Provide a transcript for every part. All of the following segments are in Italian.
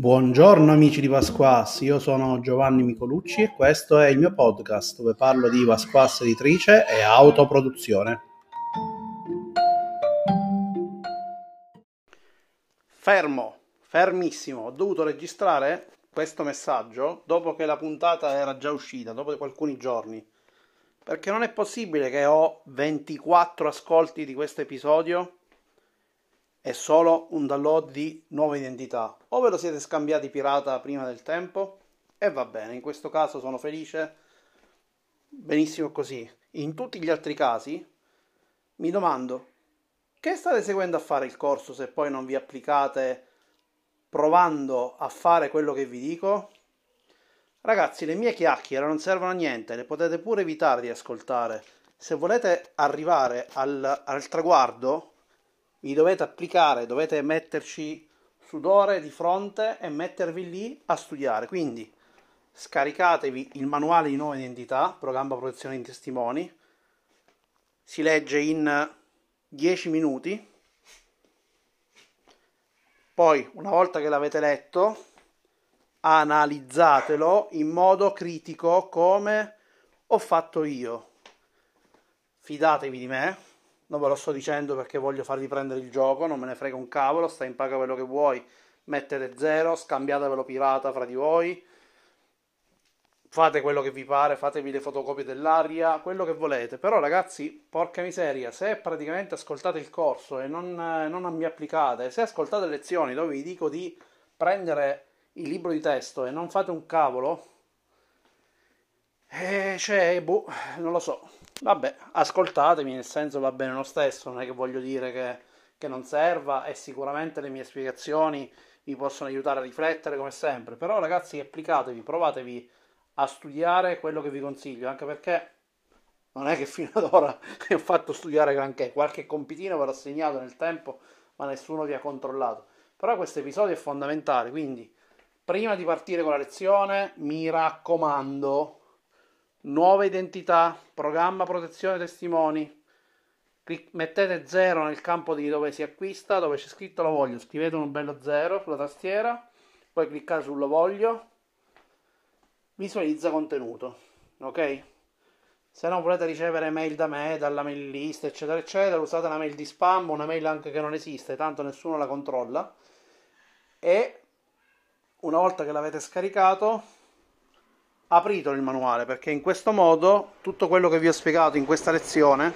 Buongiorno amici di Pasquas, io sono Giovanni Micolucci e questo è il mio podcast dove parlo di Pasquas editrice e autoproduzione. Fermissimo, ho dovuto registrare questo messaggio dopo che la puntata era già uscita, dopo alcuni giorni, perché non è possibile che ho 24 ascolti di questo episodio è solo un download di nuova identità. O ve lo siete scambiati pirata prima del tempo e va bene, in questo caso sono felice, benissimo così. In tutti gli altri casi mi domando che state seguendo a fare il corso se poi non vi applicate provando a fare quello che vi dico? Ragazzi, le mie chiacchiere non servono a niente, le potete pure evitare di ascoltare. Se volete arrivare al traguardo vi dovete applicare, dovete metterci sudore di fronte e mettervi lì a studiare. Quindi scaricatevi il manuale di nuova identità, programma protezione dei testimoni, si legge in 10 minuti, poi una volta che l'avete letto analizzatelo in modo critico come ho fatto io. Fidatevi di me. Non ve lo sto dicendo perché voglio farvi prendere il gioco, non me ne frega un cavolo, stai in paga quello che vuoi, mettete 0, scambiatevelo pirata fra di voi, fate quello che vi pare, fatevi le fotocopie dell'aria, quello che volete. Però ragazzi, porca miseria, se praticamente ascoltate il corso e non mi applicate, se ascoltate le lezioni dove vi dico di prendere il libro di testo e non fate un cavolo, non lo so. Vabbè, ascoltatemi, nel senso va bene lo stesso, non è che voglio dire che non serva e sicuramente le mie spiegazioni vi possono aiutare a riflettere come sempre, però ragazzi applicatevi, provatevi a studiare quello che vi consiglio, anche perché non è che fino ad ora vi ho fatto studiare granché, qualche compitino ve l'ho segnato nel tempo, ma nessuno vi ha controllato. Però questo episodio è fondamentale, quindi prima di partire con la lezione, mi raccomando, nuova identità, programma protezione testimoni, mettete 0 nel campo di dove si acquista, dove c'è scritto lo voglio, scrivete un bello 0 sulla tastiera, poi cliccate sul lo voglio, visualizza contenuto, ok? Se non volete ricevere mail da me, dalla mail list, eccetera, eccetera, usate una mail di spam, una mail anche che non esiste, tanto nessuno la controlla, e una volta che l'avete scaricato apritelo il manuale, perché in questo modo tutto quello che vi ho spiegato in questa lezione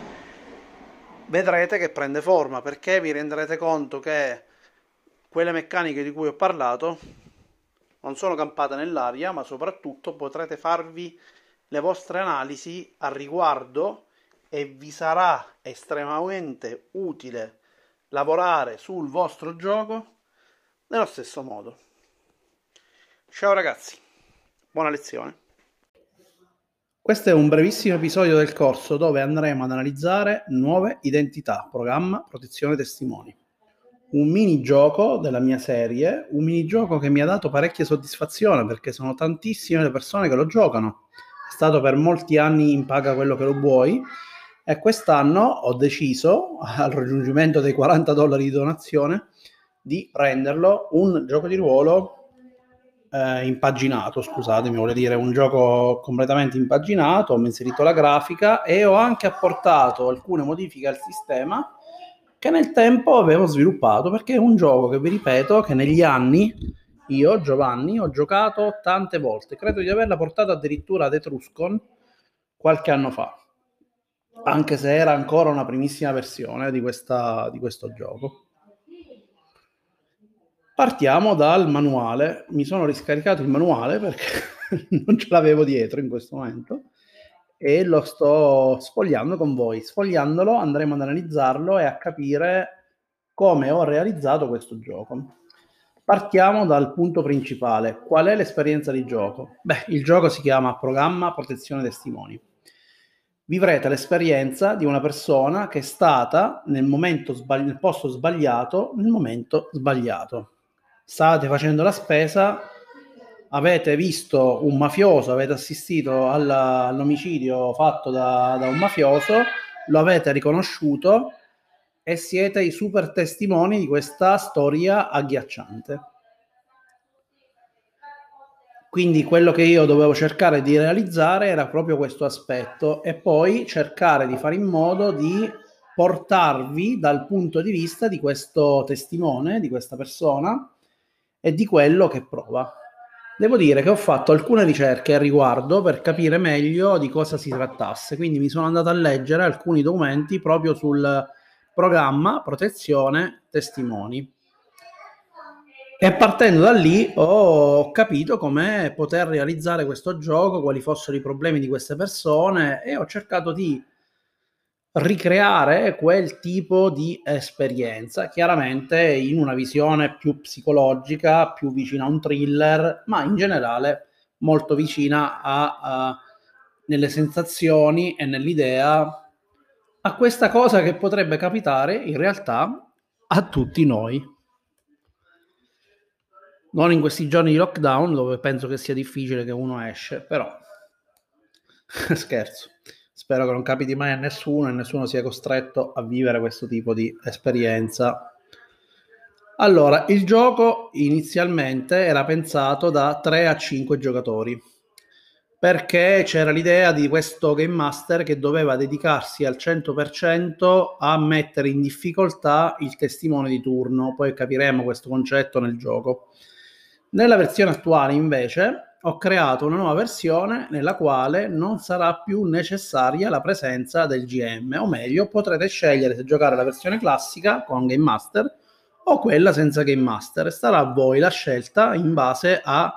vedrete che prende forma, perché vi renderete conto che quelle meccaniche di cui ho parlato non sono campate nell'aria, ma soprattutto potrete farvi le vostre analisi al riguardo e vi sarà estremamente utile lavorare sul vostro gioco nello stesso modo. Ciao ragazzi, buona lezione. Questo è un brevissimo episodio del corso dove andremo ad analizzare nuove identità, programma protezione testimoni. Un minigioco della mia serie, un minigioco che mi ha dato parecchia soddisfazione perché sono tantissime le persone che lo giocano. È stato per molti anni in paga quello che lo vuoi e quest'anno ho deciso, al raggiungimento dei $40 di donazione, di renderlo un gioco di ruolo impaginato, scusatemi, vuole dire un gioco completamente impaginato, ho inserito la grafica e ho anche apportato alcune modifiche al sistema che nel tempo avevo sviluppato, perché è un gioco che vi ripeto che negli anni io, Giovanni, ho giocato tante volte, credo di averla portata addirittura ad Etruscon qualche anno fa, anche se era ancora una primissima versione di questo gioco. Partiamo dal manuale. Mi sono riscaricato il manuale perché non ce l'avevo dietro in questo momento e lo sto sfogliando con voi. Sfogliandolo andremo ad analizzarlo e a capire come ho realizzato questo gioco. Partiamo dal punto principale. Qual è l'esperienza di gioco? Beh, il gioco si chiama Programma Protezione Testimoni. Vivrete l'esperienza di una persona che è stata nel posto sbagliato, nel momento sbagliato. State facendo la spesa, avete visto un mafioso, avete assistito all'omicidio fatto da un mafioso, lo avete riconosciuto e siete i super testimoni di questa storia agghiacciante. Quindi quello che io dovevo cercare di realizzare era proprio questo aspetto e poi cercare di fare in modo di portarvi dal punto di vista di questo testimone, di questa persona e di quello che prova. Devo dire che ho fatto alcune ricerche a riguardo per capire meglio di cosa si trattasse, quindi mi sono andato a leggere alcuni documenti proprio sul programma protezione testimoni. E partendo da lì ho capito come poter realizzare questo gioco, quali fossero i problemi di queste persone e ho cercato di ricreare quel tipo di esperienza, chiaramente in una visione più psicologica, più vicina a un thriller, ma in generale molto vicina nelle sensazioni e nell'idea a questa cosa che potrebbe capitare in realtà a tutti noi. Non in questi giorni di lockdown dove penso che sia difficile che uno esce, però scherzo. Spero che non capiti mai a nessuno e nessuno sia costretto a vivere questo tipo di esperienza. Allora, il gioco inizialmente era pensato da 3 a 5 giocatori, perché c'era l'idea di questo Game Master che doveva dedicarsi al 100% a mettere in difficoltà il testimone di turno, poi capiremo questo concetto nel gioco. Nella versione attuale, invece, ho creato una nuova versione nella quale non sarà più necessaria la presenza del GM, o meglio, potrete scegliere se giocare la versione classica con Game Master o quella senza Game Master. Starà a voi la scelta in base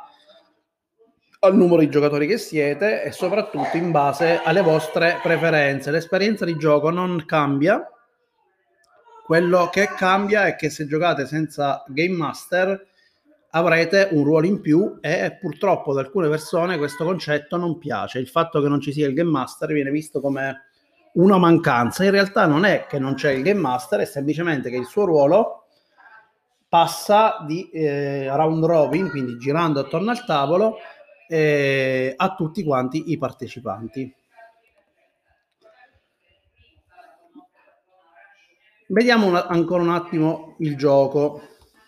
al numero di giocatori che siete e soprattutto in base alle vostre preferenze. L'esperienza di gioco non cambia. Quello che cambia è che se giocate senza Game Master avrete un ruolo in più e purtroppo ad alcune persone questo concetto non piace. Il fatto che non ci sia il Game Master viene visto come una mancanza. In realtà non è che non c'è il Game Master, è semplicemente che il suo ruolo passa di round robin, quindi girando attorno al tavolo, a tutti quanti i partecipanti. Vediamo ancora un attimo il gioco.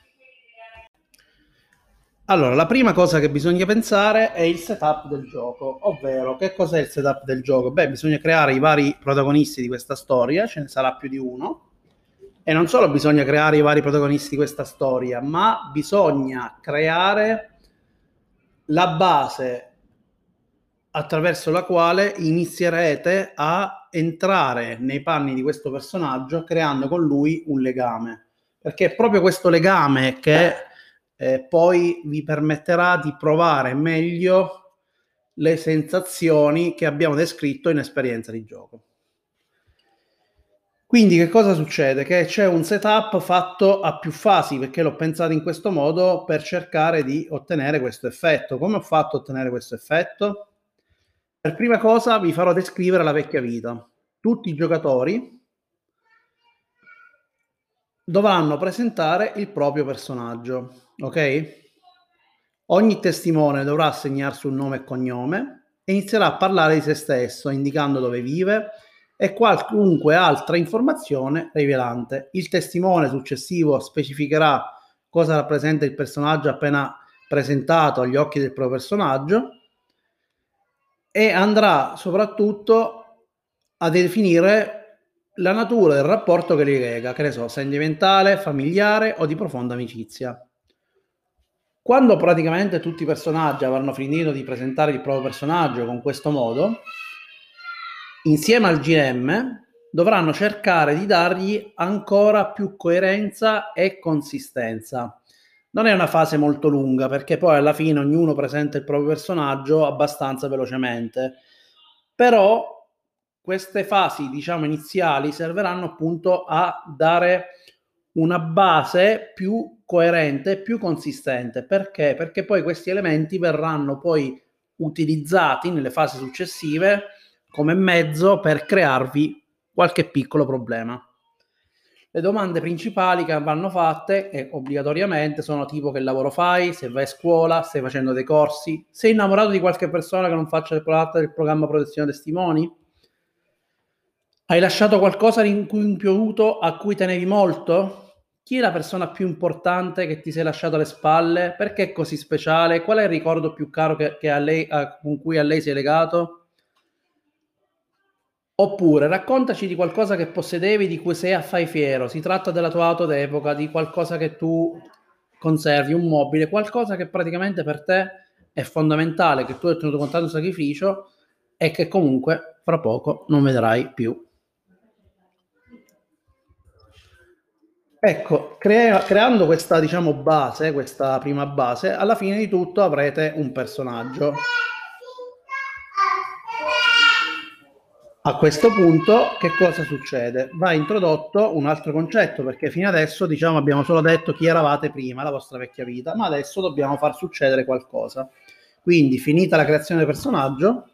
Allora, la prima cosa che bisogna pensare è il setup del gioco, ovvero che cos'è il setup del gioco? Beh, bisogna creare i vari protagonisti di questa storia, ce ne sarà più di uno, e non solo bisogna creare i vari protagonisti di questa storia, ma bisogna creare la base attraverso la quale inizierete a entrare nei panni di questo personaggio creando con lui un legame, perché è proprio questo legame che poi vi permetterà di provare meglio le sensazioni che abbiamo descritto in esperienza di gioco. Quindi che cosa succede? Che c'è un setup fatto a più fasi, perché l'ho pensato in questo modo per cercare di ottenere questo effetto. Come ho fatto a ottenere questo effetto? Per prima cosa vi farò descrivere la vecchia vita. Tutti i giocatori dovranno presentare il proprio personaggio, ok? Ogni testimone dovrà assegnarsi un nome e cognome e inizierà a parlare di se stesso, indicando dove vive e qualunque altra informazione rilevante. Il testimone successivo specificherà cosa rappresenta il personaggio appena presentato agli occhi del proprio personaggio e andrà soprattutto a definire la natura del rapporto che li lega, che ne so, sentimentale, familiare o di profonda amicizia. Quando praticamente tutti i personaggi avranno finito di presentare il proprio personaggio con questo modo, insieme al GM dovranno cercare di dargli ancora più coerenza e consistenza. Non è una fase molto lunga perché poi alla fine ognuno presenta il proprio personaggio abbastanza velocemente, però queste fasi, diciamo, iniziali serviranno appunto a dare una base più coerente e più consistente. Perché? Perché poi questi elementi verranno poi utilizzati nelle fasi successive come mezzo per crearvi qualche piccolo problema. Le domande principali che vanno fatte obbligatoriamente sono tipo: che lavoro fai, se vai a scuola, stai facendo dei corsi, sei innamorato di qualche persona che non faccia parte del programma protezione testimoni, hai lasciato qualcosa rimpianto a cui tenevi molto, Chi è la persona più importante che ti sei lasciato alle spalle? Perché è così speciale? Qual è il ricordo più caro che a lei, con cui a lei sei legato? Oppure raccontaci di qualcosa che possedevi, di cui sei affai fiero. Si tratta della tua auto d'epoca, di qualcosa che tu conservi, un mobile, qualcosa che praticamente per te è fondamentale, che tu hai tenuto con tanto sacrificio e che comunque fra poco non vedrai più. Ecco, creando questa, diciamo, base, questa prima base, alla fine di tutto avrete un personaggio. A questo punto, che cosa succede? Va introdotto un altro concetto, perché fino adesso, diciamo, abbiamo solo detto chi eravate prima, la vostra vecchia vita, ma adesso dobbiamo far succedere qualcosa. Quindi, finita la creazione del personaggio,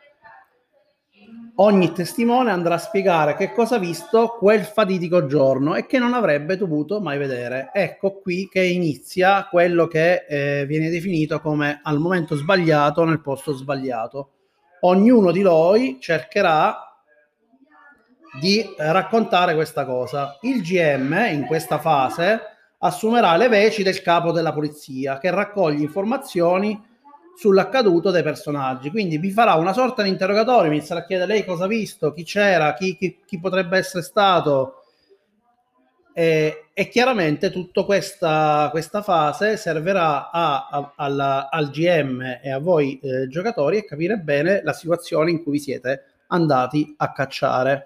ogni testimone andrà a spiegare che cosa ha visto quel fatidico giorno e che non avrebbe dovuto mai vedere. Ecco qui che inizia quello che viene definito come al momento sbagliato nel posto sbagliato. Ognuno di noi cercherà di raccontare questa cosa. Il GM in questa fase assumerà le veci del capo della polizia che raccoglie informazioni sull'accaduto dei personaggi, quindi vi farà una sorta di interrogatorio, mi inizierà a chiedere lei cosa ha visto, chi c'era, chi potrebbe essere stato, e chiaramente tutta questa fase servirà al GM e a voi giocatori a capire bene la situazione in cui vi siete andati a cacciare.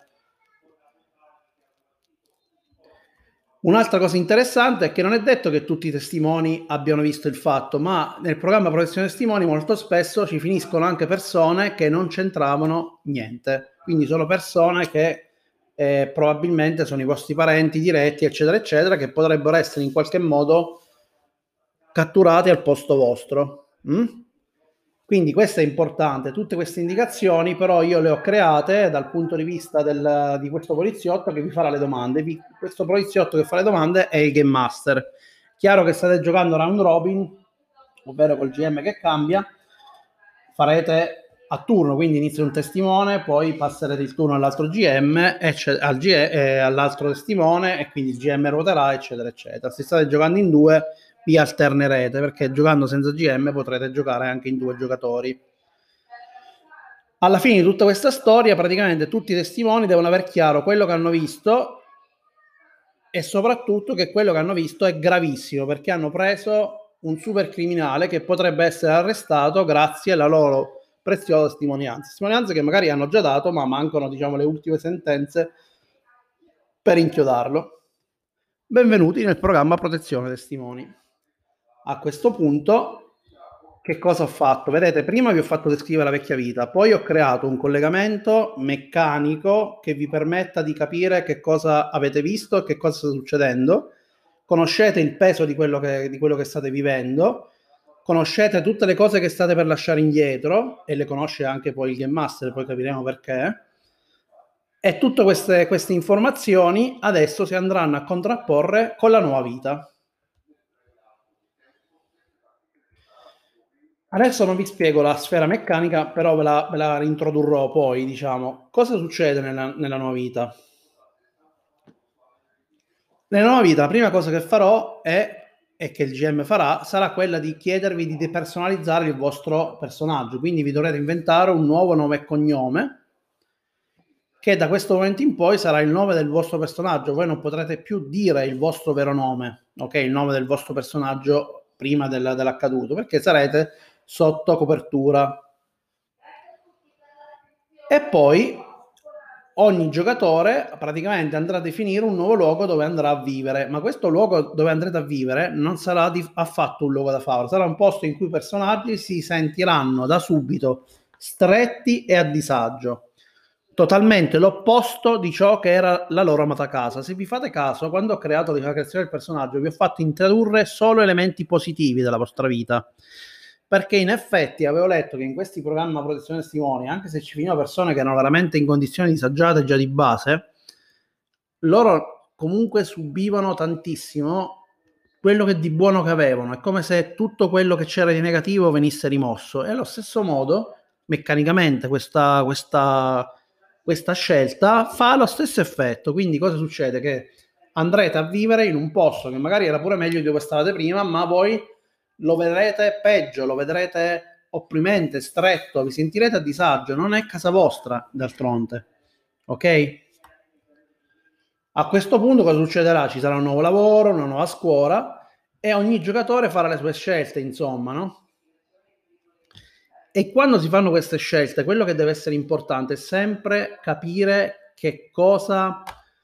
Un'altra cosa interessante è che non è detto che tutti i testimoni abbiano visto il fatto, ma nel programma protezione testimoni molto spesso ci finiscono anche persone che non c'entravano niente, quindi sono persone che probabilmente sono i vostri parenti diretti, eccetera, eccetera, che potrebbero essere in qualche modo catturati al posto vostro. Quindi questo è importante, tutte queste indicazioni però io le ho create dal punto di vista di questo poliziotto che vi farà le domande. Questo poliziotto che fa le domande è il Game Master. Chiaro che state giocando round robin, ovvero col GM che cambia, farete a turno, quindi inizia un testimone, poi passerete il turno all'altro GM, all'altro testimone e quindi il GM ruoterà, eccetera, eccetera. Se state giocando in due vi alternerete, perché giocando senza GM potrete giocare anche in due giocatori. Alla fine di tutta questa storia praticamente tutti i testimoni devono aver chiaro quello che hanno visto e soprattutto che quello che hanno visto è gravissimo, perché hanno preso un super criminale che potrebbe essere arrestato grazie alla loro preziosa testimonianze che magari hanno già dato, ma mancano, diciamo, le ultime sentenze per inchiodarlo. Benvenuti nel programma Protezione Testimoni. A questo punto, che cosa ho fatto? Vedete, prima vi ho fatto descrivere la vecchia vita, poi ho creato un collegamento meccanico che vi permetta di capire che cosa avete visto e che cosa sta succedendo. Conoscete il peso di quello che state vivendo, conoscete tutte le cose che state per lasciare indietro e le conosce anche poi il Game Master, poi capiremo perché. E tutte queste informazioni adesso si andranno a contrapporre con la nuova vita. Adesso non vi spiego la sfera meccanica, però ve la reintrodurrò poi, diciamo. Cosa succede nella nuova vita? Nella nuova vita la prima cosa che farò e che il GM farà, sarà quella di chiedervi di depersonalizzare il vostro personaggio, quindi vi dovrete inventare un nuovo nome e cognome, che da questo momento in poi sarà il nome del vostro personaggio. Voi non potrete più dire il vostro vero nome, ok? Il nome del vostro personaggio prima dell'accaduto, perché sarete sotto copertura. E poi ogni giocatore praticamente andrà a definire un nuovo luogo dove andrà a vivere, ma questo luogo dove andrete a vivere non sarà affatto un luogo da favola, sarà un posto in cui i personaggi si sentiranno da subito stretti e a disagio, totalmente l'opposto di ciò che era la loro amata casa. Se vi fate caso, quando ho creato la creazione del personaggio vi ho fatto introdurre solo elementi positivi della vostra vita, perché in effetti avevo letto che in questi programmi di protezione testimoni, anche se ci finivano persone che erano veramente in condizioni disagiate già di base, loro comunque subivano tantissimo quello che di buono che avevano. È come se tutto quello che c'era di negativo venisse rimosso, e allo stesso modo meccanicamente questa scelta fa lo stesso effetto. Quindi cosa succede? Che andrete a vivere in un posto che magari era pure meglio di dove stavate prima, ma voi lo vedrete peggio, lo vedrete opprimente, stretto, vi sentirete a disagio, non è casa vostra d'altronde, ok? A questo punto cosa succederà? Ci sarà un nuovo lavoro, una nuova scuola e ogni giocatore farà le sue scelte, insomma, no? E quando si fanno queste scelte, quello che deve essere importante è sempre capire che cosa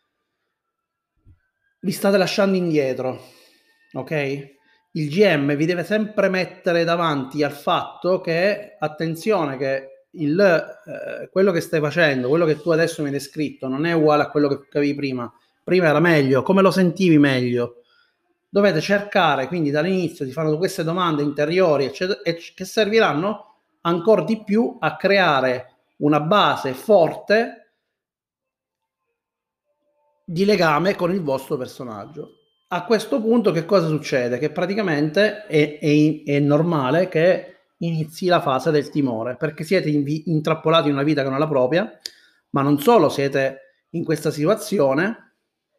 vi state lasciando indietro, ok? Il GM vi deve sempre mettere davanti al fatto che, attenzione, che quello che stai facendo, quello che tu adesso mi hai descritto, non è uguale a quello che avevi prima. Prima era meglio, come lo sentivi meglio? Dovete cercare quindi dall'inizio di fare queste domande interiori, eccetera, che serviranno ancora di più a creare una base forte di legame con il vostro personaggio. A questo punto che cosa succede? Che praticamente è normale che inizi la fase del timore, perché siete intrappolati in una vita che non è la propria, ma non solo siete in questa situazione,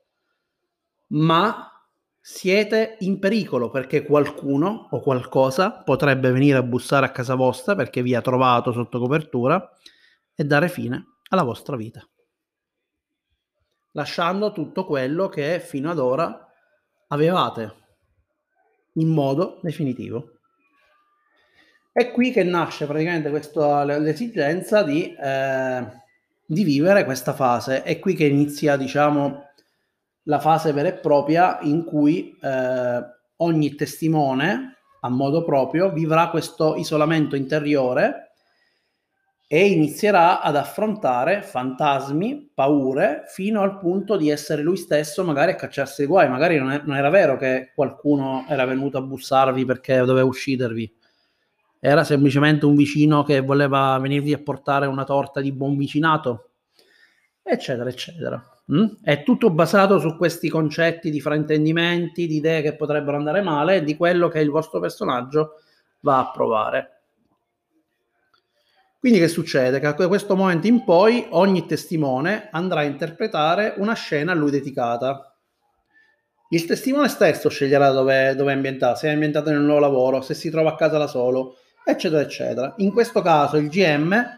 ma siete in pericolo perché qualcuno o qualcosa potrebbe venire a bussare a casa vostra perché vi ha trovato sotto copertura e dare fine alla vostra vita, lasciando tutto quello che fino ad ora avevate in modo definitivo. È qui che nasce praticamente l'esigenza di vivere questa fase. È qui che inizia, diciamo, la fase vera e propria in cui ogni testimone, a modo proprio, vivrà questo isolamento interiore e inizierà ad affrontare fantasmi, paure, fino al punto di essere lui stesso magari a cacciarsi i guai. Magari non era vero che qualcuno era venuto a bussarvi perché doveva uccidervi. Era semplicemente un vicino che voleva venirvi a portare una torta di buon vicinato, eccetera, eccetera. È tutto basato su questi concetti di fraintendimenti, di idee che potrebbero andare male e di quello che il vostro personaggio va a provare. Quindi che succede? Che da questo momento in poi ogni testimone andrà a interpretare una scena a lui dedicata. Il testimone stesso sceglierà dove è ambientato, se è ambientato nel nuovo lavoro, se si trova a casa da solo, eccetera, eccetera. In questo caso il GM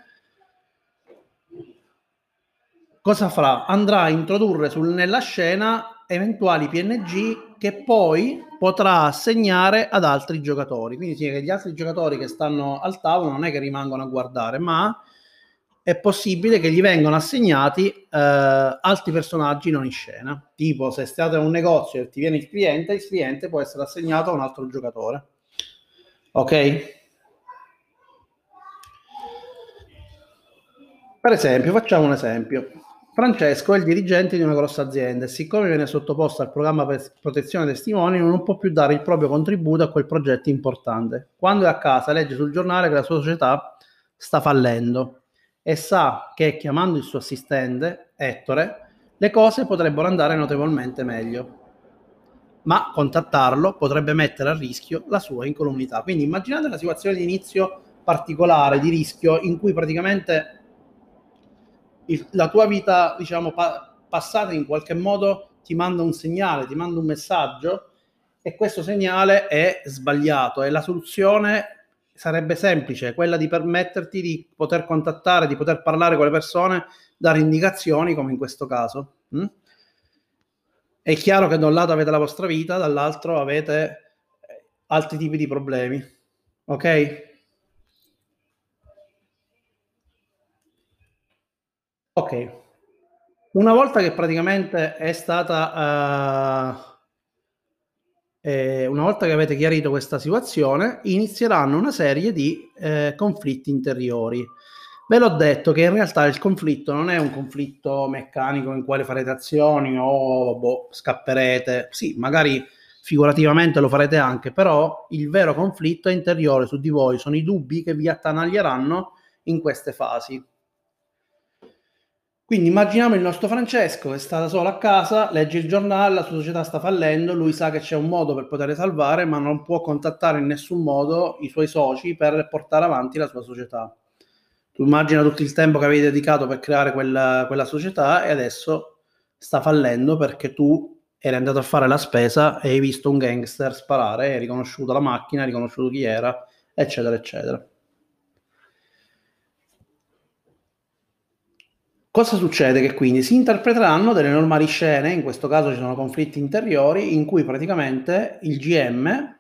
cosa farà? Andrà a introdurre nella scena eventuali PNG che poi potrà assegnare ad altri giocatori. Quindi significa che gli altri giocatori che stanno al tavolo non è che rimangono a guardare, ma è possibile che gli vengano assegnati altri personaggi non in scena. Tipo, se state in un negozio e ti viene il cliente può essere assegnato a un altro giocatore. Ok? Per esempio, facciamo un esempio. Francesco è il dirigente di una grossa azienda e siccome viene sottoposto al programma per protezione testimoni non può più dare il proprio contributo a quel progetto importante. Quando è a casa legge sul giornale che la sua società sta fallendo e sa che chiamando il suo assistente, Ettore, le cose potrebbero andare notevolmente meglio. Ma contattarlo potrebbe mettere a rischio la sua incolumità. Quindi immaginate una situazione di inizio particolare, di rischio, in cui praticamente la tua vita, diciamo, passata in qualche modo ti manda un segnale, ti manda un messaggio e questo segnale è sbagliato e la soluzione sarebbe semplice, quella di permetterti di poter contattare, di poter parlare con le persone, dare indicazioni come in questo caso. È chiaro che da un lato avete la vostra vita, dall'altro avete altri tipi di problemi, ok? Ok, una volta che praticamente è stata una volta che avete chiarito questa situazione, inizieranno una serie di conflitti interiori. Ve l'ho detto che in realtà il conflitto non è un conflitto meccanico in quale farete azioni o scapperete. Sì, magari figurativamente lo farete anche, però il vero conflitto è interiore su di voi, sono i dubbi che vi attanaglieranno in queste fasi. Quindi immaginiamo il nostro Francesco che sta da solo a casa, legge il giornale, la sua società sta fallendo, lui sa che c'è un modo per poter salvare, ma non può contattare in nessun modo i suoi soci per portare avanti la sua società. Tu immagina tutto il tempo che avevi dedicato per creare quella società e adesso sta fallendo perché tu eri andato a fare la spesa e hai visto un gangster sparare, hai riconosciuto la macchina, hai riconosciuto chi era, eccetera, eccetera. Cosa succede? Che quindi si interpreteranno delle normali scene, in questo caso ci sono conflitti interiori, in cui praticamente il GM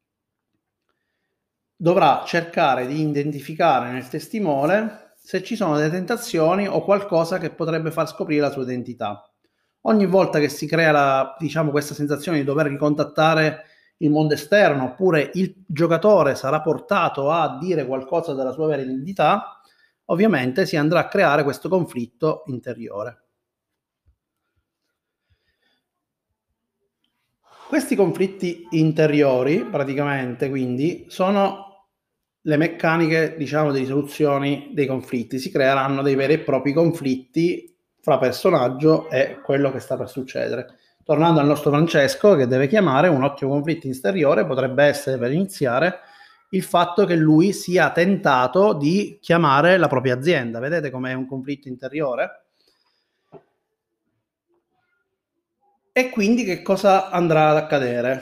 dovrà cercare di identificare nel testimone se ci sono delle tentazioni o qualcosa che potrebbe far scoprire la sua identità. Ogni volta che si crea diciamo, questa sensazione di dover ricontattare il mondo esterno, oppure il giocatore sarà portato a dire qualcosa della sua vera identità, ovviamente si andrà a creare questo conflitto interiore. Questi conflitti interiori, praticamente, quindi, sono le meccaniche, diciamo, di risoluzione dei conflitti. Si creeranno dei veri e propri conflitti fra personaggio e quello che sta per succedere. Tornando al nostro Francesco, che deve chiamare, un ottimo conflitto interiore potrebbe essere, per iniziare, il fatto che lui sia tentato di chiamare la propria azienda. Vedete com'è un conflitto interiore? E quindi che cosa andrà ad accadere?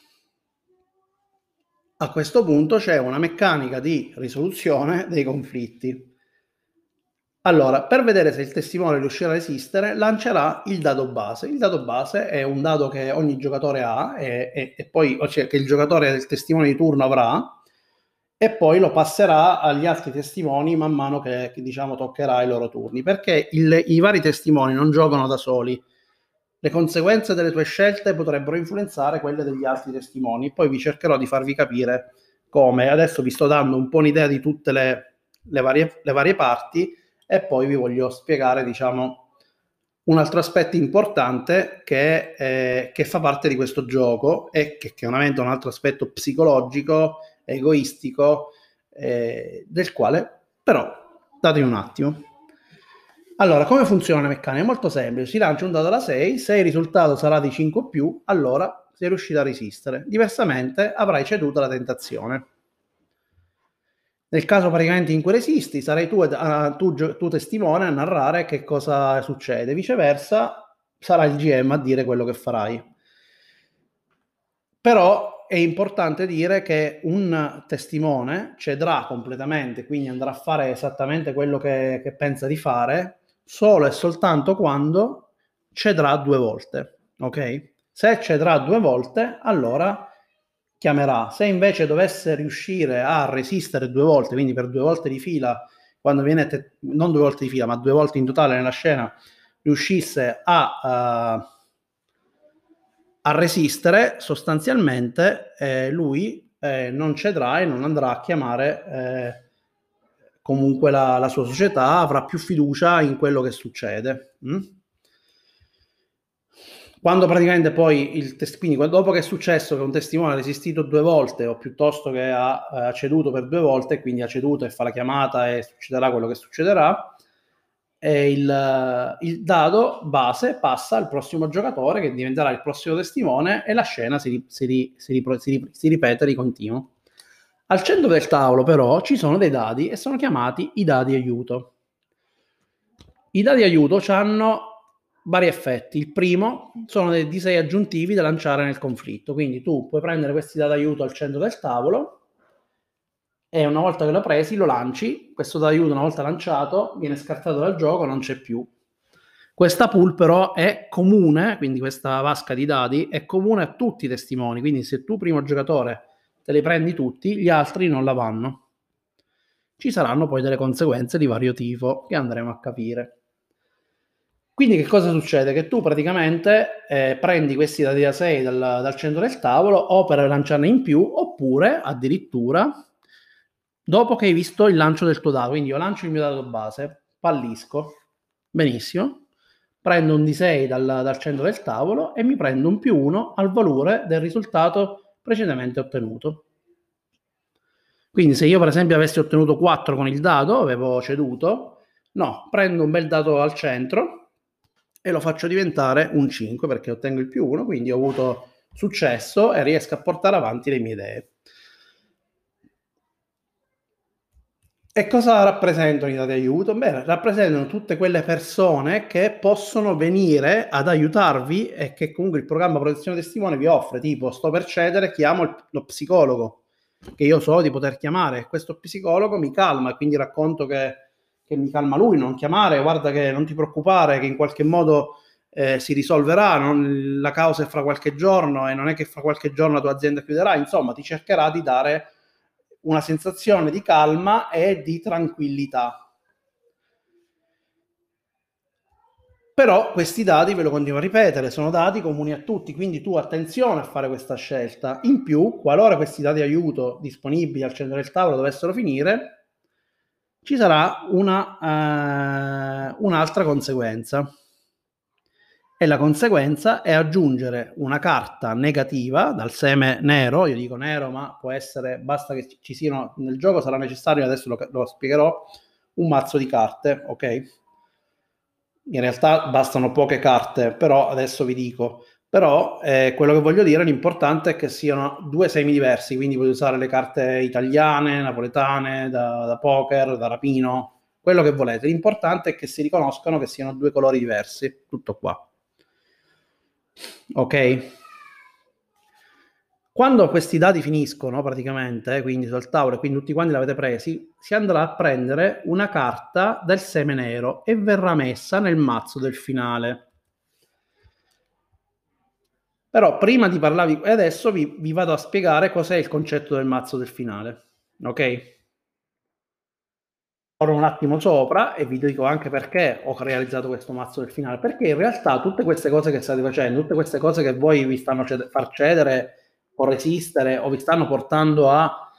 A questo punto c'è una meccanica di risoluzione dei conflitti. Allora, per vedere se il testimone riuscirà a resistere, lancerà il dado base. Il dado base è un dado che ogni giocatore ha e poi, cioè, che il giocatore del testimone di turno avrà, e poi lo passerà agli altri testimoni man mano che diciamo toccherà i loro turni, perché i vari testimoni non giocano da soli. Le conseguenze delle tue scelte potrebbero influenzare quelle degli altri testimoni. Poi vi cercherò di farvi capire come. Adesso vi sto dando un po' un'idea di tutte le varie parti e poi vi voglio spiegare, diciamo, un altro aspetto importante che fa parte di questo gioco e che chiaramente è un altro aspetto psicologico, egoistico, del quale però datemi un attimo. Allora, come funziona la meccanica? È molto semplice, si lancia un dado da 6, se il risultato sarà di 5 o più, allora sei riuscito a resistere, diversamente avrai ceduto alla tentazione. Nel caso praticamente in cui resisti, sarai tu testimone a narrare che cosa succede, viceversa sarà il GM a dire quello che farai. Però è importante dire che un testimone cederà completamente, quindi andrà a fare esattamente quello che pensa di fare, solo e soltanto quando cederà 2 volte, ok? Se cederà 2 volte, allora chiamerà. Se invece dovesse riuscire a resistere 2 volte, quindi per 2 volte di fila, quando viene, non 2 volte di fila, ma 2 volte in totale nella scena, riuscisse a resistere, sostanzialmente lui non cederà e non andrà a chiamare comunque la sua società, avrà più fiducia in quello che succede. Quando praticamente poi quindi dopo che è successo che un testimone ha resistito 2 volte o piuttosto che ha ceduto per 2 volte, quindi ha ceduto e fa la chiamata e succederà quello che succederà, e il dado base passa al prossimo giocatore che diventerà il prossimo testimone e la scena si ripete di continuo. Al centro del tavolo però ci sono dei dadi e sono chiamati i dadi aiuto. I dadi aiuto hanno vari effetti. Il primo sono dei D6 aggiuntivi da lanciare nel conflitto, quindi tu puoi prendere questi dadi aiuto al centro del tavolo e una volta che l'ho presi lo lanci, questo d'aiuto una volta lanciato viene scartato dal gioco, non c'è più. Questa pool però è comune, quindi questa vasca di dadi è comune a tutti i testimoni, quindi se tu primo giocatore te li prendi tutti, gli altri non la vanno. Ci saranno poi delle conseguenze di vario tipo che andremo a capire. Quindi che cosa succede? Che tu praticamente prendi questi dadi da 6 dal centro del tavolo o per lanciarne in più oppure addirittura dopo che hai visto il lancio del tuo dado. Quindi io lancio il mio dado base, fallisco, benissimo, prendo un D6 dal centro del tavolo e mi prendo un +1 al valore del risultato precedentemente ottenuto. Quindi se io per esempio avessi ottenuto 4 con il dado, avevo ceduto, no, prendo un bel dato al centro e lo faccio diventare un 5 perché ottengo il +1, quindi ho avuto successo e riesco a portare avanti le mie idee. E cosa rappresentano i dati aiuto? Beh, rappresentano tutte quelle persone che possono venire ad aiutarvi e che comunque il programma protezione testimone vi offre, tipo sto per cedere, chiamo lo psicologo che io so di poter chiamare, questo psicologo mi calma e quindi racconto che mi calma lui, non chiamare, guarda che non ti preoccupare, che in qualche modo si risolverà, la causa è fra qualche giorno e non è che fra qualche giorno la tua azienda chiuderà, insomma ti cercherà di dare una sensazione di calma e di tranquillità. Però questi dati, ve lo continuo a ripetere, sono dati comuni a tutti, quindi tu attenzione a fare questa scelta. In più, qualora questi dati aiuto disponibili al centro del tavolo dovessero finire, ci sarà un'altra conseguenza. E la conseguenza è aggiungere una carta negativa dal seme nero, io dico nero, ma può essere, basta che ci siano nel gioco, sarà necessario, adesso lo spiegherò, un mazzo di carte, ok? In realtà bastano poche carte, però adesso vi dico. Però quello che voglio dire, l'importante è che siano due semi diversi, quindi potete usare le carte italiane, napoletane, da poker, da rapino, quello che volete. L'importante è che si riconoscano che siano due colori diversi, tutto qua. Ok? Quando questi dati finiscono praticamente, quindi sul tavolo e quindi tutti quanti l'avete presi, si andrà a prendere una carta del seme nero e verrà messa nel mazzo del finale. Però prima di parlarvi, e adesso vi vado a spiegare cos'è il concetto del mazzo del finale. Ok? Oro un attimo sopra e vi dico anche perché ho realizzato questo mazzo del finale, perché in realtà tutte queste cose che state facendo, tutte queste cose che voi vi stanno far cedere o resistere o vi stanno portando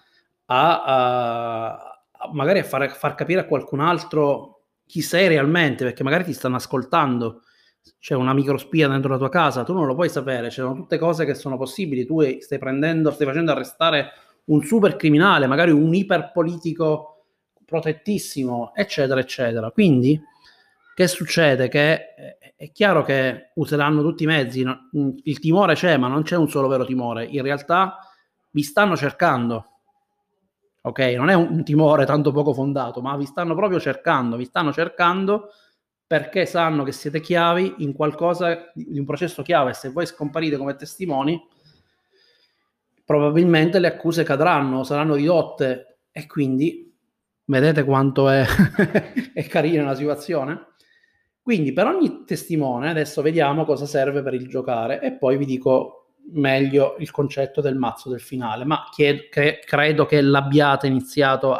a magari a far capire a qualcun altro chi sei realmente, perché magari ti stanno ascoltando, c'è una microspia dentro la tua casa, tu non lo puoi sapere, c'erano tutte cose che sono possibili, tu stai facendo arrestare un super criminale, magari un iperpolitico protettissimo, eccetera, eccetera. Quindi, che succede? Che è chiaro che useranno tutti i mezzi, no? Il timore c'è, ma non c'è un solo vero timore. In realtà vi stanno cercando, ok? Non è un timore tanto poco fondato, ma vi stanno proprio cercando, vi stanno cercando perché sanno che siete chiavi in qualcosa, di un processo chiave. Se voi scomparite come testimoni, probabilmente le accuse cadranno, saranno ridotte e quindi vedete quanto è, è carina la situazione? Quindi per ogni testimone, adesso vediamo cosa serve per il giocare e poi vi dico meglio il concetto del mazzo del finale, ma credo che l'abbiate iniziato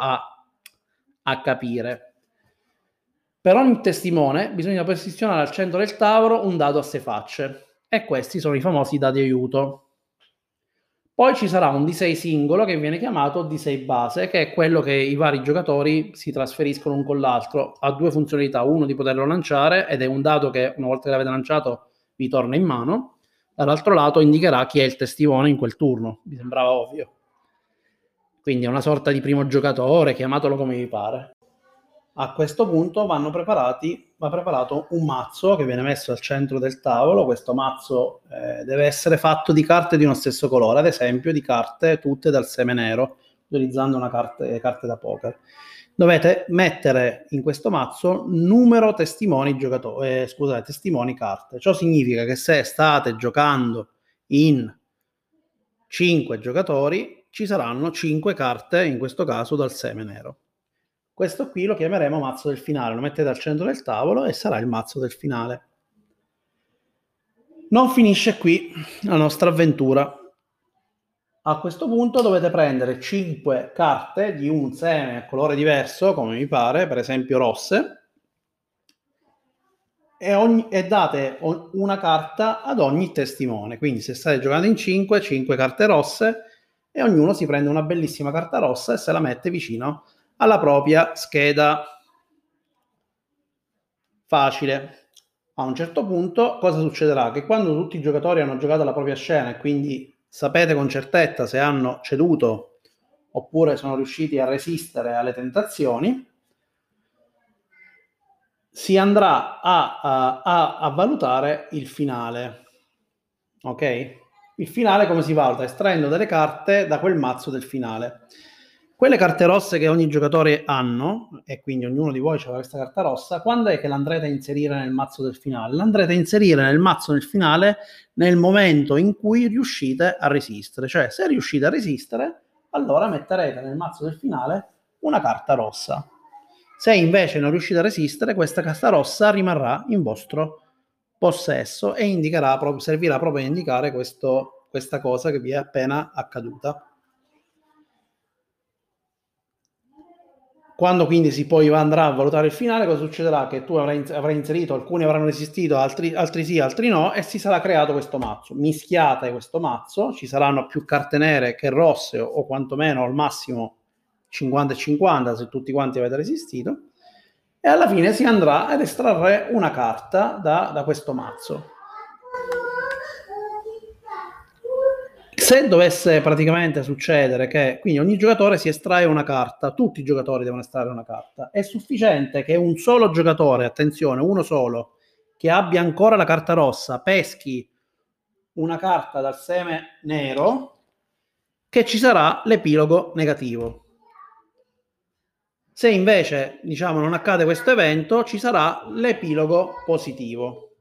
a capire. Per ogni testimone bisogna posizionare al centro del tavolo un dado a 6 facce e questi sono i famosi dadi aiuto. Poi ci sarà un D6 singolo che viene chiamato D6 base, che è quello che i vari giocatori si trasferiscono un con l'altro. Ha due funzionalità: uno di poterlo lanciare, ed è un dado che una volta che l'avete lanciato vi torna in mano, dall'altro lato indicherà chi è il testimone in quel turno. Mi sembrava ovvio. Quindi è una sorta di primo giocatore, chiamatelo come vi pare. A questo punto va preparato un mazzo che viene messo al centro del tavolo. Questo mazzo deve essere fatto di carte di uno stesso colore, ad esempio di carte tutte dal seme nero, utilizzando carte da poker. Dovete mettere in questo mazzo numero testimoni testimoni carte. Ciò significa che se state giocando in 5 giocatori, ci saranno 5 carte, in questo caso dal seme nero. Questo qui lo chiameremo mazzo del finale, lo mettete al centro del tavolo e sarà il mazzo del finale. Non finisce qui la nostra avventura. A questo punto dovete prendere 5 carte di un seme a colore diverso, come mi pare, per esempio rosse, e date una carta ad ogni testimone. Quindi se state giocando in 5, 5 carte rosse e ognuno si prende una bellissima carta rossa e se la mette vicino alla propria scheda. Facile. A un certo punto cosa succederà? Che quando tutti i giocatori hanno giocato la propria scena e quindi sapete con certezza se hanno ceduto oppure sono riusciti a resistere alle tentazioni, si andrà a valutare il finale. Ok? Il finale come si valuta? Estraendo delle carte da quel mazzo del finale. Quelle carte rosse che ogni giocatore hanno, e quindi ognuno di voi ha questa carta rossa, quando è che l'andrete a inserire nel mazzo del finale? L'andrete a inserire nel mazzo del finale nel momento in cui riuscite a resistere. Cioè, se riuscite a resistere, allora metterete nel mazzo del finale una carta rossa. Se invece non riuscite a resistere, questa carta rossa rimarrà in vostro possesso e servirà proprio a indicare questa cosa che vi è appena accaduta. Quando quindi poi andrà a valutare il finale, cosa succederà? Che tu avrai inserito, alcuni avranno resistito, altri sì, altri no, e si sarà creato questo mazzo. Mischiate questo mazzo, ci saranno più carte nere che rosse, o quantomeno al massimo 50 e 50 se tutti quanti avete resistito, e alla fine si andrà ad estrarre una carta da questo mazzo. Se dovesse praticamente succedere che quindi ogni giocatore si estrae una carta, tutti i giocatori devono estrarre una carta, è sufficiente che un solo giocatore, attenzione, uno solo, che abbia ancora la carta rossa, peschi una carta dal seme nero, che ci sarà l'epilogo negativo. Se invece, diciamo, non accade questo evento, ci sarà l'epilogo positivo.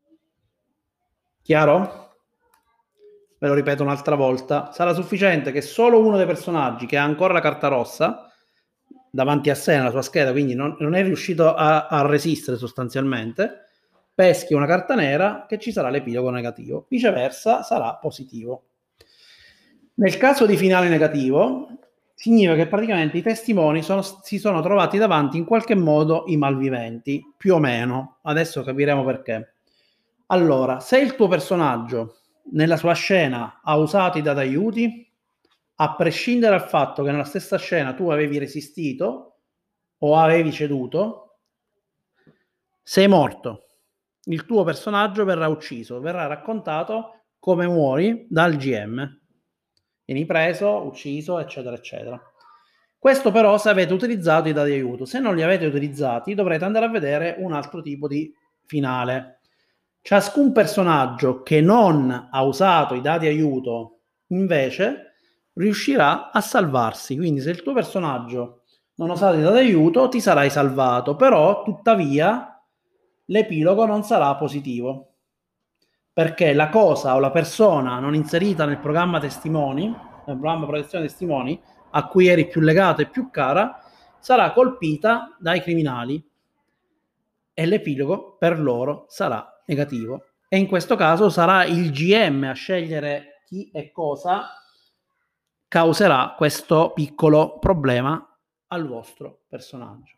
Chiaro? Ve lo ripeto un'altra volta, sarà sufficiente che solo uno dei personaggi che ha ancora la carta rossa davanti a sé nella sua scheda, quindi non è riuscito a resistere sostanzialmente, peschi una carta nera, che ci sarà l'epilogo negativo. Viceversa sarà positivo. Nel caso di finale negativo, significa che praticamente i testimoni si sono trovati davanti in qualche modo i malviventi, più o meno. Adesso capiremo perché. Allora, se il tuo personaggio nella sua scena ha usato i dati aiuti, a prescindere dal fatto che nella stessa scena tu avevi resistito o avevi ceduto, sei morto. Il tuo personaggio verrà ucciso, verrà raccontato come muori dal GM. Vieni preso, ucciso, eccetera, eccetera. Questo però se avete utilizzato i dati aiuto. Se non li avete utilizzati, dovrete andare a vedere un altro tipo di finale. Ciascun personaggio che non ha usato i dati aiuto, invece, riuscirà a salvarsi. Quindi se il tuo personaggio non ha usato i dati aiuto, ti sarai salvato, però tuttavia l'epilogo non sarà positivo, perché la cosa o la persona non inserita nel programma testimoni, nel programma protezione testimoni, a cui eri più legato e più cara, sarà colpita dai criminali e l'epilogo per loro sarà negativo. E in questo caso sarà il GM a scegliere chi e cosa causerà questo piccolo problema al vostro personaggio.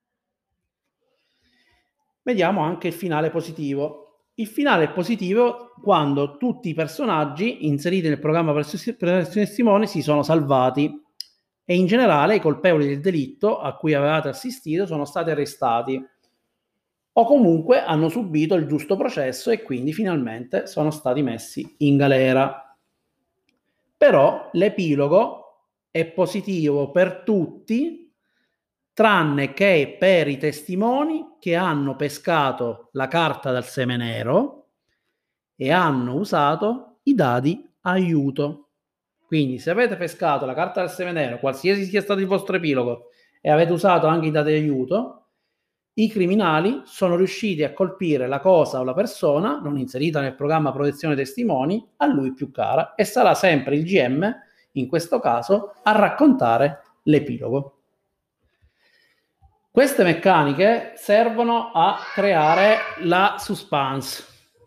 Vediamo anche il finale positivo. Il finale è positivo quando tutti i personaggi inseriti nel programma protezione testimoni si sono salvati e in generale i colpevoli del delitto a cui avevate assistito sono stati arrestati o comunque hanno subito il giusto processo e quindi finalmente sono stati messi in galera. Però l'epilogo è positivo per tutti, tranne che per i testimoni che hanno pescato la carta dal seme nero e hanno usato i dadi aiuto. Quindi se avete pescato la carta dal seme nero, qualsiasi sia stato il vostro epilogo, e avete usato anche i dadi aiuto, i criminali sono riusciti a colpire la cosa o la persona non inserita nel programma protezione testimoni a lui più cara e sarà sempre il GM, in questo caso, a raccontare l'epilogo. Queste meccaniche servono a creare la suspense.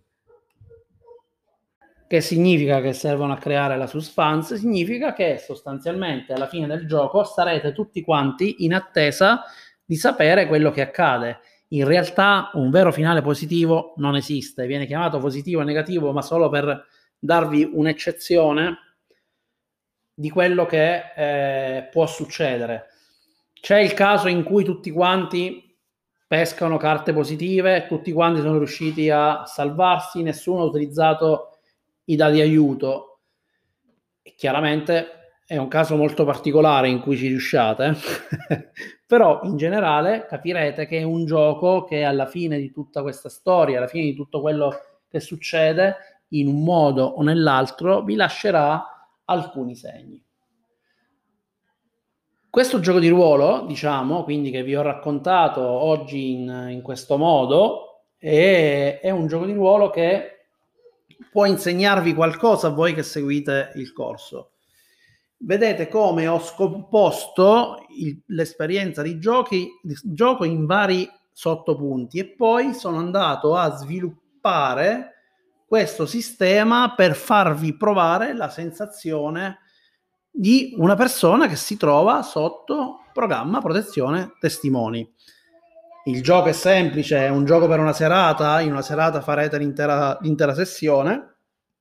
Che significa che servono a creare la suspense? Significa che sostanzialmente alla fine del gioco starete tutti quanti in attesa di sapere quello che accade. In realtà un vero finale positivo non esiste, viene chiamato positivo e negativo, ma solo per darvi un'eccezione di quello che può succedere. C'è il caso in cui tutti quanti pescano carte positive, tutti quanti sono riusciti a salvarsi, nessuno ha utilizzato i dati aiuto. E chiaramente è un caso molto particolare in cui ci riusciate, però in generale capirete che è un gioco che alla fine di tutta questa storia, alla fine di tutto quello che succede, in un modo o nell'altro vi lascerà alcuni segni. Questo gioco di ruolo, diciamo, quindi che vi ho raccontato oggi in questo modo, è un gioco di ruolo che può insegnarvi qualcosa a voi che seguite il corso. Vedete come ho scomposto l'esperienza di gioco in vari sottopunti e poi sono andato a sviluppare questo sistema per farvi provare la sensazione di una persona che si trova sotto programma protezione testimoni. Il gioco è semplice, è un gioco per una serata, in una serata farete l'intera sessione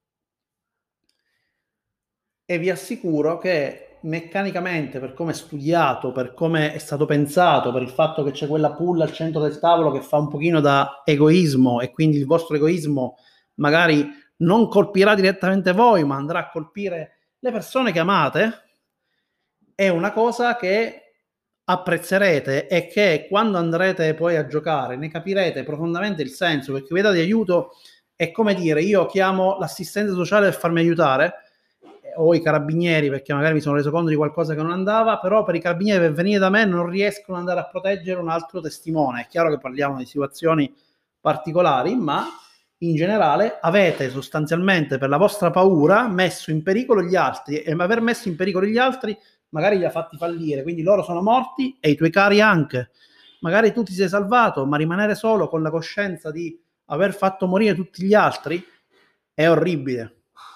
e vi assicuro che meccanicamente, per come è studiato, per come è stato pensato, per il fatto che c'è quella pull al centro del tavolo che fa un pochino da egoismo e quindi il vostro egoismo magari non colpirà direttamente voi, ma andrà a colpire le persone che amate, è una cosa che apprezzerete e che quando andrete poi a giocare ne capirete profondamente il senso, perché vi dà di aiuto. È come dire, io chiamo l'assistente sociale per farmi aiutare o i carabinieri perché magari mi sono reso conto di qualcosa che non andava, però per i carabinieri per venire da me non riescono ad andare a proteggere un altro testimone. È chiaro che parliamo di situazioni particolari, ma in generale avete sostanzialmente per la vostra paura messo in pericolo gli altri e aver messo in pericolo gli altri magari li ha fatti fallire, quindi loro sono morti e i tuoi cari anche. Magari tu ti sei salvato, ma rimanere solo con la coscienza di aver fatto morire tutti gli altri è orribile.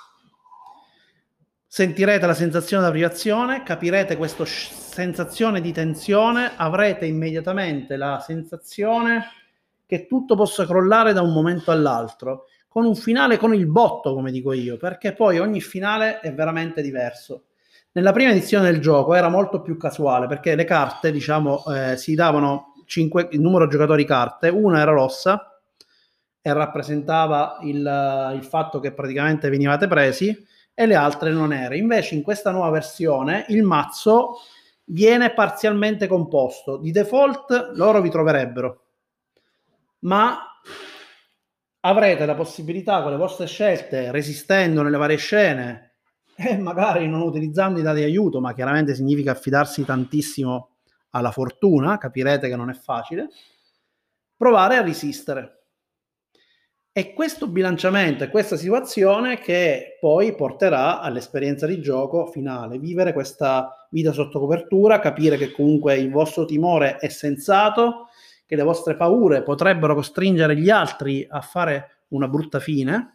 Sentirete la sensazione della privazione, capirete questa sensazione di tensione, avrete immediatamente la sensazione che tutto possa crollare da un momento all'altro, con un finale con il botto, come dico io, perché poi ogni finale è veramente diverso. Nella prima edizione del gioco era molto più casuale, perché le carte, diciamo, si davano il numero di giocatori carte, una era rossa e rappresentava il fatto che praticamente venivate presi, e le altre non erano. Invece in questa nuova versione il mazzo viene parzialmente composto. Di default loro vi troverebbero, ma avrete la possibilità con le vostre scelte, resistendo nelle varie scene e magari non utilizzando i dati di aiuto, ma chiaramente significa affidarsi tantissimo alla fortuna, capirete che non è facile, provare a resistere. È questo bilanciamento, è questa situazione che poi porterà all'esperienza di gioco finale, vivere questa vita sotto copertura, capire che comunque il vostro timore è sensato, che le vostre paure potrebbero costringere gli altri a fare una brutta fine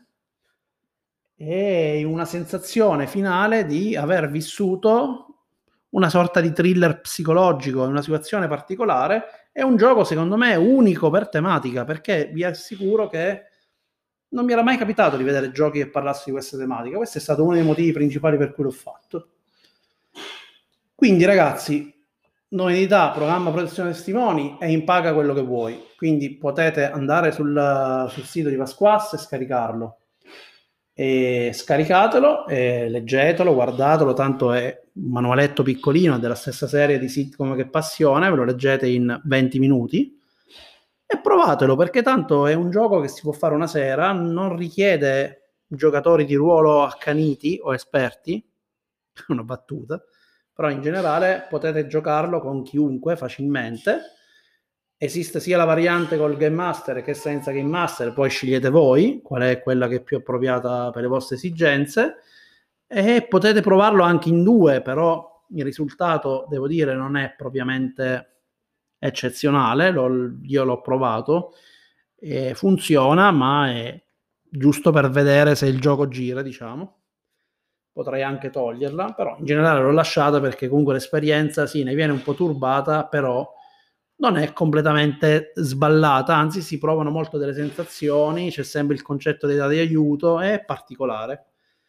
e una sensazione finale di aver vissuto una sorta di thriller psicologico in una situazione particolare. È un gioco secondo me unico per tematica, perché vi assicuro che non mi era mai capitato di vedere giochi che parlassero di questa tematica. Questo è stato uno dei motivi principali per cui l'ho fatto. Quindi ragazzi, novità, programma protezione testimoni e in paga quello che vuoi. Quindi potete andare sul sito di Pasquas e scaricarlo. E scaricatelo, e leggetelo, guardatelo, tanto è un manualetto piccolino della stessa serie di sitcom che Passione, ve lo leggete in 20 minuti e provatelo, perché tanto è un gioco che si può fare una sera, non richiede giocatori di ruolo accaniti o esperti, una battuta, però in generale potete giocarlo con chiunque facilmente. Esiste sia la variante col Game Master che senza Game Master, poi scegliete voi qual è quella che è più appropriata per le vostre esigenze e potete provarlo anche in due, però il risultato, devo dire, non è propriamente eccezionale. Io l'ho provato, funziona, ma è giusto per vedere se il gioco gira, diciamo. Potrei anche toglierla, però in generale l'ho lasciata perché comunque l'esperienza sì, ne viene un po' turbata, però non è completamente sballata, anzi si provano molto delle sensazioni, c'è sempre il concetto dei dati di aiuto, è particolare.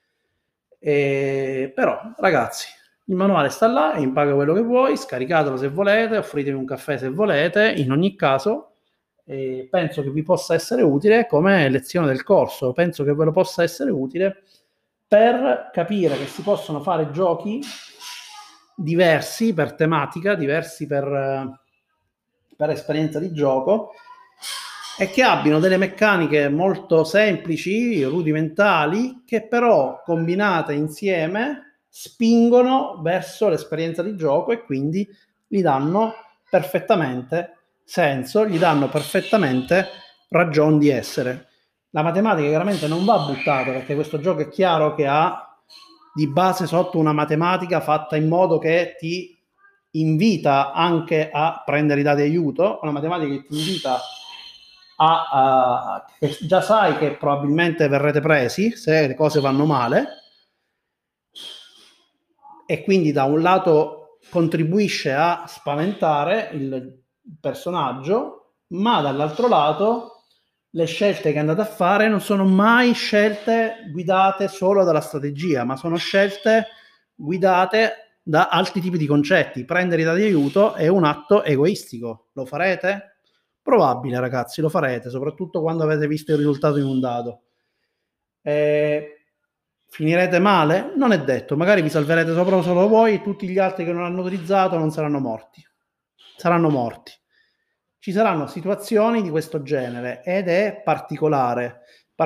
Però ragazzi, il manuale sta là, è in paga quello che vuoi, scaricatelo se volete, offritemi un caffè se volete, in ogni caso penso che vi possa essere utile come lezione del corso, penso che ve lo possa essere utile per capire che si possono fare giochi diversi per tematica, diversi per esperienza di gioco e che abbiano delle meccaniche molto semplici, rudimentali, che però combinate insieme spingono verso l'esperienza di gioco e quindi gli danno perfettamente senso, gli danno perfettamente ragione di essere. La matematica chiaramente non va buttata, perché questo gioco è chiaro che ha di base sotto una matematica fatta in modo che ti invita anche a prendere i dati di aiuto, una matematica che ti invita che già sai che probabilmente verrete presi se le cose vanno male, e quindi da un lato contribuisce a spaventare il personaggio, ma dall'altro lato le scelte che andate a fare non sono mai scelte guidate solo dalla strategia, ma sono scelte guidate da altri tipi di concetti. Prendere i dati di aiuto è un atto egoistico. Lo farete? Probabile, ragazzi, lo farete, soprattutto quando avete visto il risultato in un dado. Finirete male? Non è detto, magari vi salverete solo voi e tutti gli altri che non hanno utilizzato non saranno morti. Saranno morti. Ci saranno situazioni di questo genere ed è particolare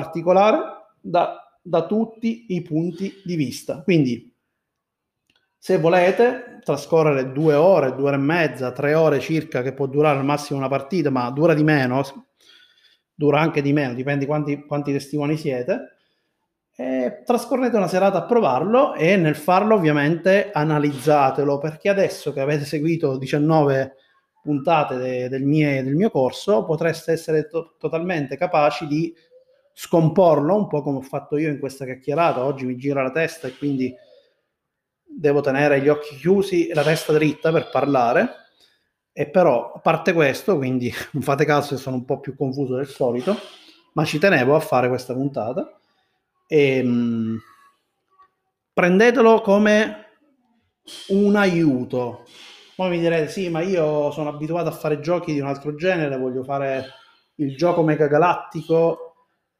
da tutti i punti di vista. Quindi, se volete trascorrere 2 ore, 2 ore e mezza, 3 ore circa, che può durare al massimo una partita, ma dura di meno, dura anche di meno, dipende quanti testimoni siete, trascorrete una serata a provarlo e nel farlo ovviamente analizzatelo, perché adesso che avete seguito 19 puntate del mio corso potreste essere totalmente capaci di scomporlo, un po' come ho fatto io in questa chiacchierata. Oggi mi gira la testa e quindi devo tenere gli occhi chiusi e la testa dritta per parlare. E però, a parte questo, quindi non fate caso se sono un po' più confuso del solito, ma ci tenevo a fare questa puntata. Prendetelo come un aiuto. Poi mi direte: sì, ma io sono abituato a fare giochi di un altro genere, voglio fare il gioco mega galattico,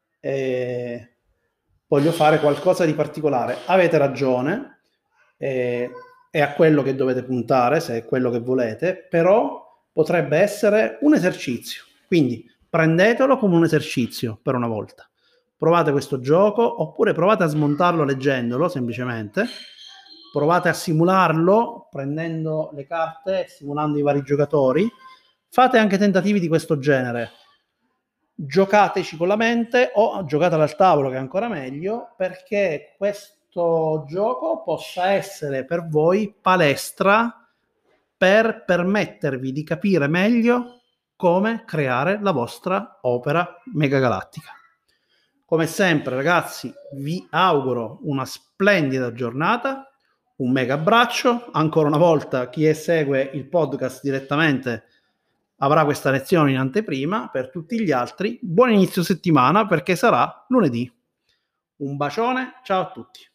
voglio fare qualcosa di particolare. Avete ragione, è a quello che dovete puntare, se è quello che volete, però potrebbe essere un esercizio. Quindi prendetelo come un esercizio per una volta. Provate questo gioco, oppure provate a smontarlo leggendolo semplicemente. Provate a simularlo prendendo le carte, simulando i vari giocatori. Fate anche tentativi di questo genere. Giocateci con la mente o giocatelo al tavolo, che è ancora meglio, perché questo gioco possa essere per voi palestra per permettervi di capire meglio come creare la vostra opera megagalattica. Come sempre, ragazzi, vi auguro una splendida giornata, un mega abbraccio. Ancora una volta, chi segue il podcast direttamente avrà questa lezione in anteprima. Per tutti gli altri, buon inizio settimana, perché sarà lunedì. Un bacione, ciao a tutti.